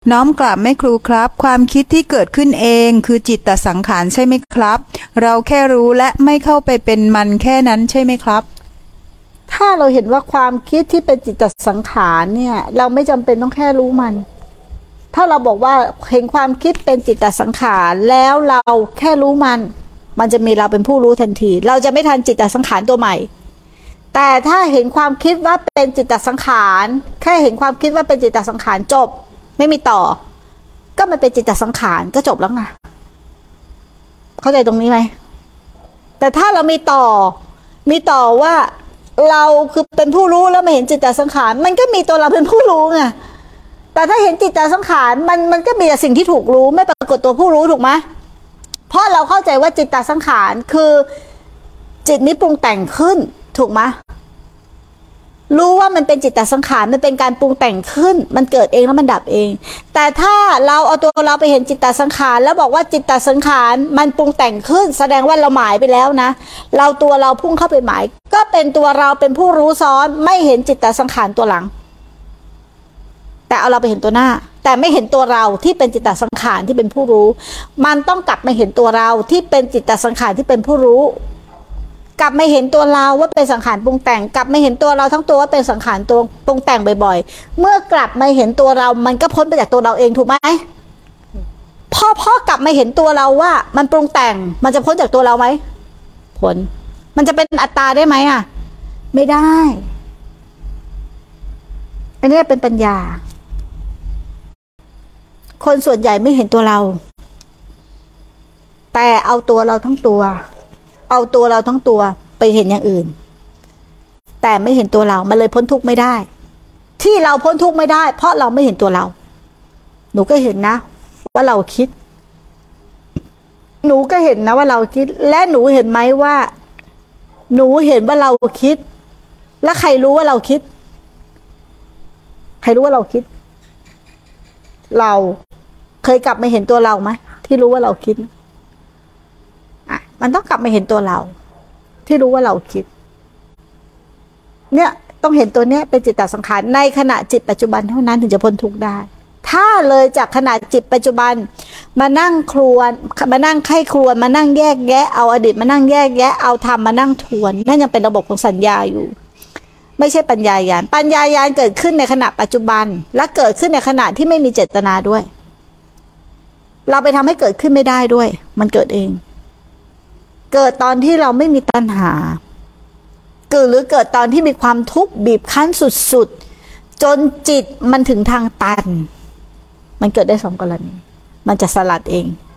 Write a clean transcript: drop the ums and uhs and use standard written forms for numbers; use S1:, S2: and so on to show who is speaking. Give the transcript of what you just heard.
S1: น้อมกราบแม่ครูครับความคิดที่เกิดขึ้นเองคือจิตตสังขารใช่ไหมครับเราแค่รู้และไม่เข้าไปเป็นมันแค่นั้นใช่ไหมครับ
S2: ถ้าเราเห็นว่าความคิดที่เป็นจิตตสังขารเนี่ยเราไม่จำเป็นต้องแค่รู้มันถ้าเราบอกว่าเห็นความคิดเป็นจิตตสังขารแล้วเราแค่รู้มันจะมีเราเป็นผู้รู้ทันทีเราจะไม่ทันจิตตสังขารตัวใหม่แต่ถ้าเห็นความคิดว่าเป็นจิตตสังขารแค่เห็นความคิดว่าเป็นจิตตสังขารจบไม่มีต่อก็มันเป็นจิตตสังขารก็จบแล้วไงเข้าใจตรงนี้ไหมแต่ถ้าเรามีต่อว่าเราคือเป็นผู้รู้แล้วมาเห็นจิตตสังขารมันก็มีตัวเราเป็นผู้รู้ไงแต่ถ้าเห็นจิตตสังขารมันก็มีแต่สิ่งที่ถูกรู้ไม่ปรากฏตัวผู้รู้ถูกไหมเพราะเราเข้าใจว่าจิตตสังขารคือจิตนี้ปรุงแต่งขึ้นถูกไหมรู้ว่ามันเป็นจิตตสังขารมันเป็นการปรุงแต่งขึ้นมันเกิดเองแล้วมันดับเองแต่ถ้าเราเอาตัวเราไปเห็นจิตตสังขารแล้วบอกว่าจิตตสังขารมันปรุงแต่งขึ้นแสดงว่าเราหมายไปแล้วนะเราพุ่งเข้าไปหมายก็เป็นตัวเราเป็นผู้รู้ซ้อนไม่เห็นจิตตสังขารตัวหลังแต่เอาเราไปเห็นตัวหน้าแต่ไม่เห็นตัวเราที่เป็นจิตตสังขารที่เป็นผู้รู้มันต้องกลับมาเห็นตัวเราที่เป็นจิตตสังขารที่เป็นผู้รู้กลับไม่เห็นตัวเราว่าเป็นสังขารปรุงแต่งกลับไม่เห็นตัวเราทั้งตัวว่าเป็นสังขารตัวปรุงแต่งบ่อยๆเมื่อกลับมาเห็นตัวเรามันก็พ้นไปจากตัวเราเองถูกไหมพอกลับมาเห็นตัวเราว่ามันปรุงแต่งมันจะพ้นจากตัวเราไหมพ้นมันจะเป็นอัตตาได้ไหมอ่ะไม่ได้อันนี้เป็นปัญญาคนส่วนใหญ่ไม่เห็นตัวเราแต่เอาตัวเราทั้งตัวไปเห็นอย่างอื่นแต่ไม่เห็นตัวเรามันเลยพ้นทุกข์ไม่ได้ที่เราพ้นทุกข์ไม่ได้เพราะเราไม่เห็นตัวเราหนูก็เห็นนะว่าเราคิดหนูก็เห็นนะว่าเราคิดและหนูเห็นไหมว่าหนูเห็นว่าเราคิดแล้วใครรู้ว่าเราคิดใครรู้ว่าเราคิดเราเคยกลับมาเห็นตัวเราไหมที่รู้ว่าเราคิดมันต้องกลับมาเห็นตัวเราที่รู้ว่าเราคิดเนี่ยต้องเห็นตัวเนี้ยเป็นจิตตสังขารในขณะจิตปัจจุบันเท่านั้นถึงจะพ้นทุกข์ได้ถ้าเลยจากขณะจิตปัจจุบันมานั่งครวญมานั่งไข้ครวญมานั่งแยกแยะเอาอดีตมานั่งแยกแยะเอาธรรมมานั่งทวนนั่นยังเป็นระบบของสัญญาอยู่ไม่ใช่ปัญญาญาณปัญญาญาณเกิดขึ้นในขณะปัจจุบันและเกิดขึ้นในขณะที่ไม่มีเจตนาด้วยเราไปทำให้เกิดขึ้นไม่ได้ด้วยมันเกิดเองเกิดตอนที่เราไม่มีตัณหาเกิดหรือเกิดตอนที่มีความทุกข์บีบคั้นสุดๆจนจิตมันถึงทางตันมันเกิดได้สองกรณีมันจะสลัดเอง